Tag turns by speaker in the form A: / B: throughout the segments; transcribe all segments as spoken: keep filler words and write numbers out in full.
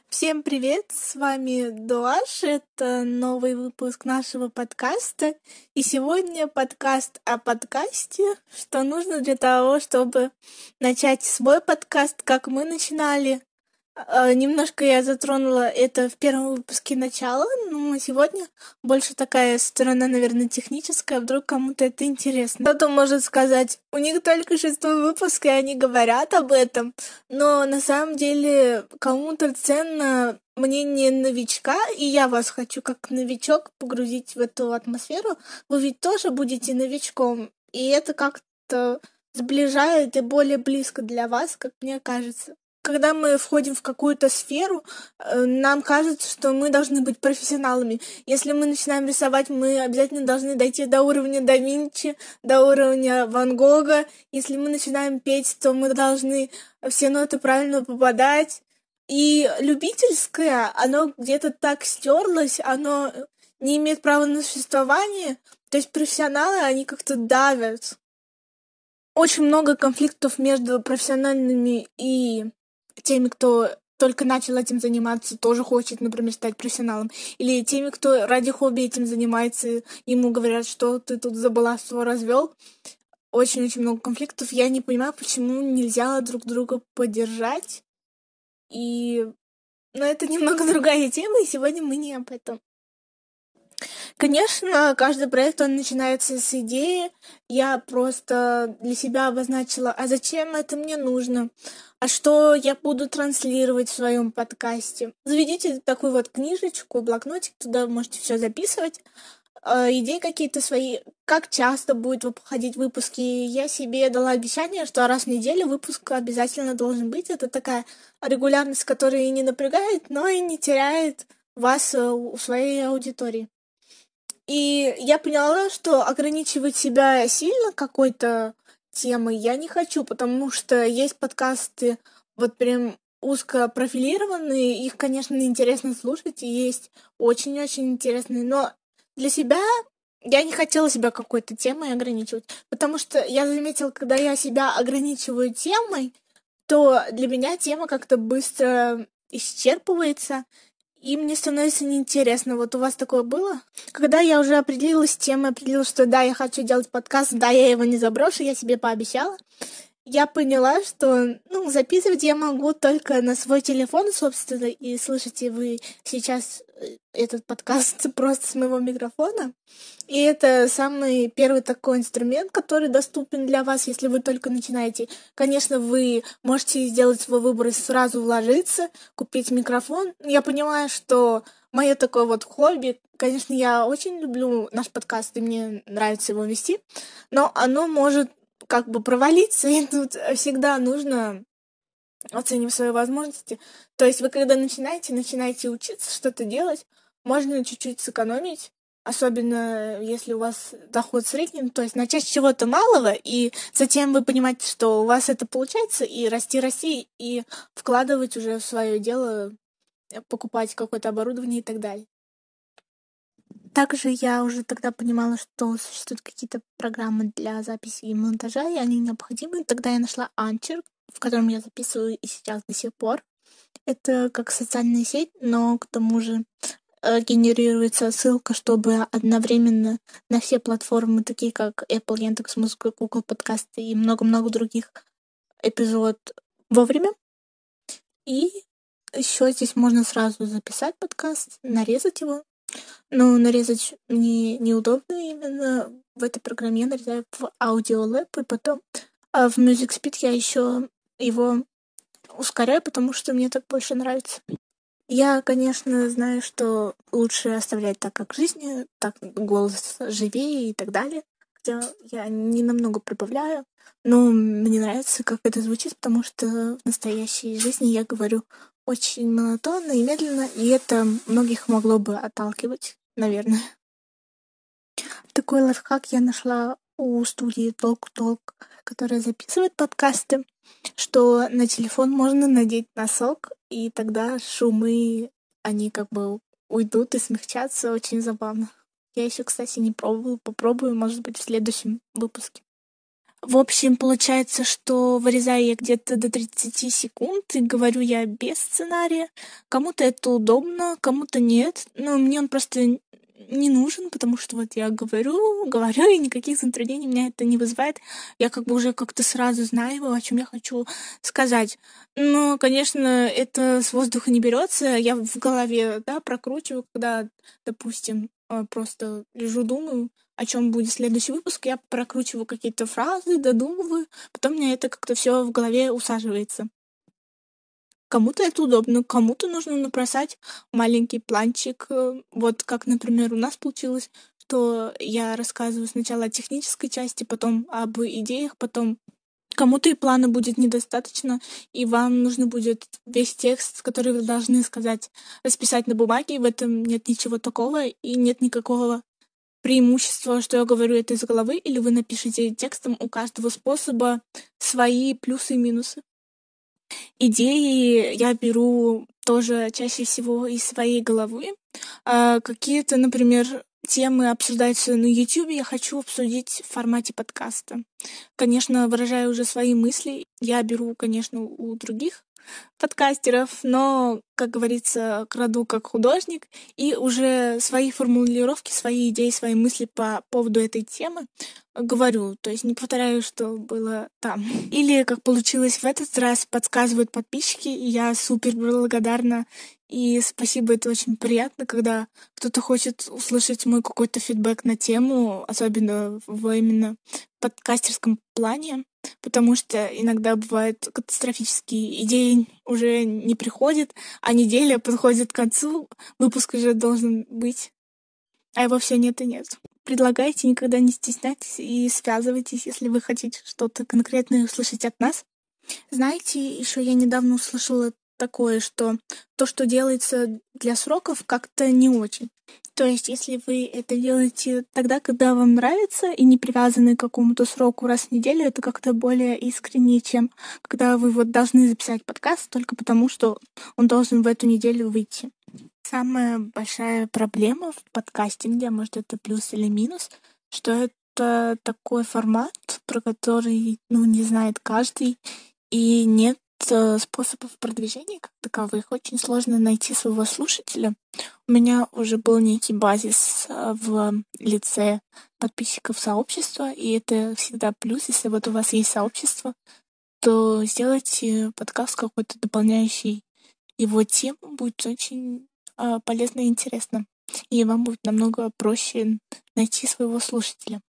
A: Всем привет, с вами Дуаш, это новый выпуск нашего подкаста, и сегодня подкаст о подкасте, что нужно для того, чтобы начать свой подкаст, как мы начинали. Э, Немножко я затронула это в первом выпуске начала, но сегодня больше такая сторона, наверное, техническая, вдруг кому-то это интересно. Кто-то может сказать, у них только шестой выпуск, и они говорят об этом, но на самом деле кому-то ценно мнение новичка, и я вас хочу как новичок погрузить в эту атмосферу. Вы ведь тоже будете новичком, и это как-то сближает и более близко для вас, как мне кажется. Когда мы входим в какую-то сферу, э, нам кажется, что мы должны быть профессионалами. Если мы начинаем рисовать, мы обязательно должны дойти до уровня да Винчи, до уровня Ван Гога. Если мы начинаем петь, то мы должны все ноты правильно попадать. И любительское, оно где-то так стерлось, оно не имеет права на существование. То есть профессионалы, они как-то давят. Очень много конфликтов между профессиональными и теми, кто только начал этим заниматься, тоже хочет, например, стать профессионалом. Или теми, кто ради хобби этим занимается, ему говорят, что ты тут забаловство развел. Очень-очень много конфликтов. Я не понимаю, почему нельзя друг друга поддержать. И... Но это немного другая тема, и сегодня мы не об этом. Конечно, каждый проект, он начинается с идеи. Я просто для себя обозначила, а зачем это мне нужно? А что я буду транслировать в своем подкасте? Заведите такую вот книжечку, блокнотик, туда можете все записывать. Э, идеи какие-то свои, как часто будет выходить выпуски. Я себе дала обещание, что раз в неделю выпуск обязательно должен быть. Это такая регулярность, которая и не напрягает, но и не теряет вас э, у своей аудитории. И я поняла, что ограничивать себя сильно какой-то темой я не хочу, потому что есть подкасты вот прям узко профилированные, их, конечно, интересно слушать, и есть очень-очень интересные, но для себя я не хотела себя какой-то темой ограничивать, потому что я заметила, когда я себя ограничиваю темой, то для меня тема как-то быстро исчерпывается, и мне становится неинтересно. Вот у вас такое было? Когда я уже определилась с темой, определила, что да, я хочу делать подкаст, да, я его не заброшу, я себе пообещала, я поняла, что, ну, записывать я могу только на свой телефон, собственно, и слышите вы сейчас э, этот подкаст просто с моего микрофона. И это самый первый такой инструмент, который доступен для вас, если вы только начинаете. Конечно, вы можете сделать свой выбор и сразу вложиться, купить микрофон. Я понимаю, что мое такое вот хобби, конечно, я очень люблю наш подкаст, и мне нравится его вести, но оно может как бы провалиться, и тут всегда нужно оценивать свои возможности. То есть вы когда начинаете, начинаете учиться что-то делать, можно чуть-чуть сэкономить, особенно если у вас доход средний, ну, то есть начать с чего-то малого, и затем вы понимаете, что у вас это получается, и расти, расти, и вкладывать уже в свое дело, э, покупать какое-то оборудование и так далее. Также я уже тогда понимала, что существуют какие-то программы для записи и монтажа, и они необходимы. Тогда я нашла Anchor, в котором я записываю и сейчас до сих пор. Это как социальная сеть, но к тому же э, генерируется ссылка, чтобы одновременно на все платформы, такие как Apple, Яндекс.Музыка, Google подкасты и много-много других эпизод вовремя. И еще здесь можно сразу записать подкаст, нарезать его. Но нарезать мне неудобно именно в этой программе. Я нарезаю в Audio Lab, и потом а в Music Speed я еще его ускоряю, потому что мне так больше нравится. Я, конечно, знаю, что лучше оставлять так, как в жизни, так голос живее и так далее. Хотя я не намного прибавляю, но мне нравится, как это звучит, потому что в настоящей жизни я говорю очень монотонно и медленно, и это многих могло бы отталкивать, наверное. Такой лайфхак я нашла у студии Talk Talk, которая записывает подкасты, что на телефон можно надеть носок, и тогда шумы, они как бы уйдут и смягчатся. Очень забавно. Я еще, кстати, не пробовала. Попробую, может быть, в следующем выпуске. В общем, получается, что вырезаю я где-то до тридцати секунд, и говорю я без сценария. Кому-то это удобно, кому-то нет. Но мне он просто н- не нужен, потому что вот я говорю, говорю, и никаких затруднений меня это не вызывает. Я как бы уже как-то сразу знаю, о чем я хочу сказать. Но, конечно, это с воздуха не берется. Я в голове, да, прокручиваю, когда, допустим, э, просто лежу, думаю, о чем будет следующий выпуск, я прокручиваю какие-то фразы, додумываю, потом мне это как-то все в голове усаживается. Кому-то это удобно, кому-то нужно набросать маленький планчик. э, Вот как, например, у нас получилось, что я рассказываю сначала о технической части, потом об идеях, потом кому-то и плана будет недостаточно, и вам нужно будет весь текст, который вы должны сказать, расписать на бумаге, и в этом нет ничего такого, и нет никакого преимущество, что я говорю это из головы, или вы напишите текстом у каждого способа свои плюсы и минусы. Идеи я беру тоже чаще всего из своей головы. А какие-то, например, темы обсуждаются на YouTube, я хочу обсудить в формате подкаста. Конечно, выражаю уже свои мысли. Я беру, конечно, у других подкастеров, но, как говорится, краду как художник, и уже свои формулировки, свои идеи, свои мысли по поводу этой темы говорю, то есть не повторяю, что было там. Или, как получилось в этот раз, подсказывают подписчики, и я супер благодарна. И спасибо, это очень приятно, когда кто-то хочет услышать мой какой-то фидбэк на тему, особенно в именно подкастерском плане, потому что иногда бывают катастрофические идеи уже не приходят, а неделя подходит к концу, выпуск уже должен быть, а его все нет и нет. Предлагайте, никогда не стесняйтесь и связывайтесь, если вы хотите что-то конкретное услышать от нас. Знаете, еще я недавно услышала такое, что то, что делается для сроков, как-то не очень. То есть, если вы это делаете тогда, когда вам нравится, и не привязаны к какому-то сроку раз в неделю, это как-то более искренне, чем когда вы вот должны записать подкаст только потому, что он должен в эту неделю выйти. Самая большая проблема в подкастинге, может, это плюс или минус, что это такой формат, про который, ну, не знает каждый, и нет э, способов продвижения как таковых. Очень сложно найти своего слушателя. У меня уже был некий базис э, в лице подписчиков сообщества, и это всегда плюс. Если вот у вас есть сообщество, то сделайте подкаст какой-то дополняющий его тему, будет очень а, полезно и интересно. И вам будет намного проще найти своего слушателя.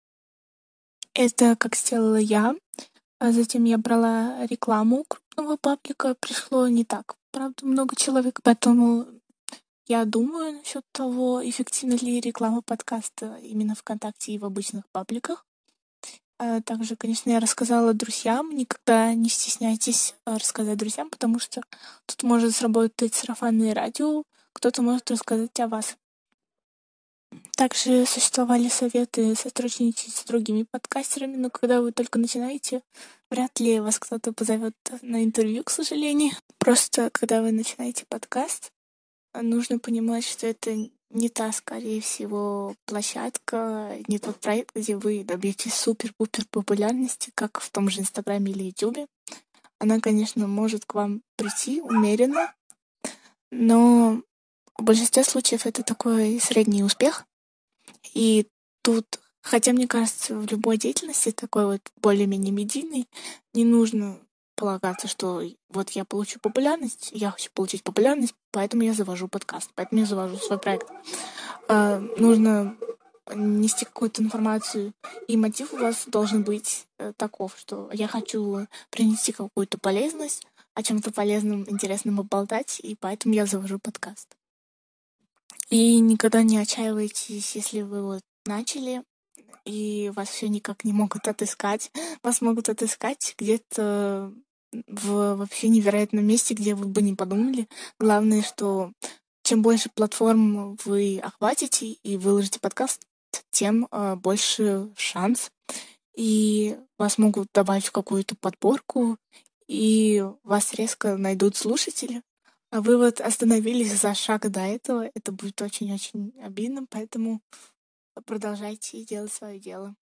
A: Это как сделала я. А затем я брала рекламу у крупного паблика. Пришло не так, правда, много человек, поэтому я думаю насчет того, эффективна ли реклама подкаста именно ВКонтакте и в обычных пабликах. А также, конечно, я рассказала друзьям. Никогда не стесняйтесь а, рассказать друзьям, потому что тут может сработать сарафанное радио, кто-то может рассказать о вас. Также существовали советы сотрудничать с другими подкастерами, но когда вы только начинаете, вряд ли вас кто-то позовет на интервью, к сожалению. Просто когда вы начинаете подкаст, нужно понимать, что это не та, скорее всего, площадка, не тот проект, где вы добьетесь супер-пупер популярности, как в том же Инстаграме или Ютубе. Она, конечно, может к вам прийти умеренно, но в большинстве случаев это такой средний успех. И тут, хотя мне кажется, в любой деятельности такой вот более-менее медийной, не нужно полагаться, что вот я получу популярность, я хочу получить популярность, поэтому я завожу подкаст, поэтому я завожу свой проект. А, нужно нести какую-то информацию, и мотив у вас должен быть э, таков, что я хочу принести какую-то полезность, о чем-то полезном, интересном поболтать, и поэтому я завожу подкаст. И никогда не отчаивайтесь, если вы вот начали, и вас все никак не могут отыскать. Вас могут отыскать где-то в вообще невероятном месте, где вы бы не подумали. Главное, что чем больше платформ вы охватите и выложите подкаст, тем э, больше шанс. И вас могут добавить в какую-то подборку, и вас резко найдут слушатели. А вы вот остановились за шаг до этого. Это будет очень-очень обидно, поэтому продолжайте делать свое дело.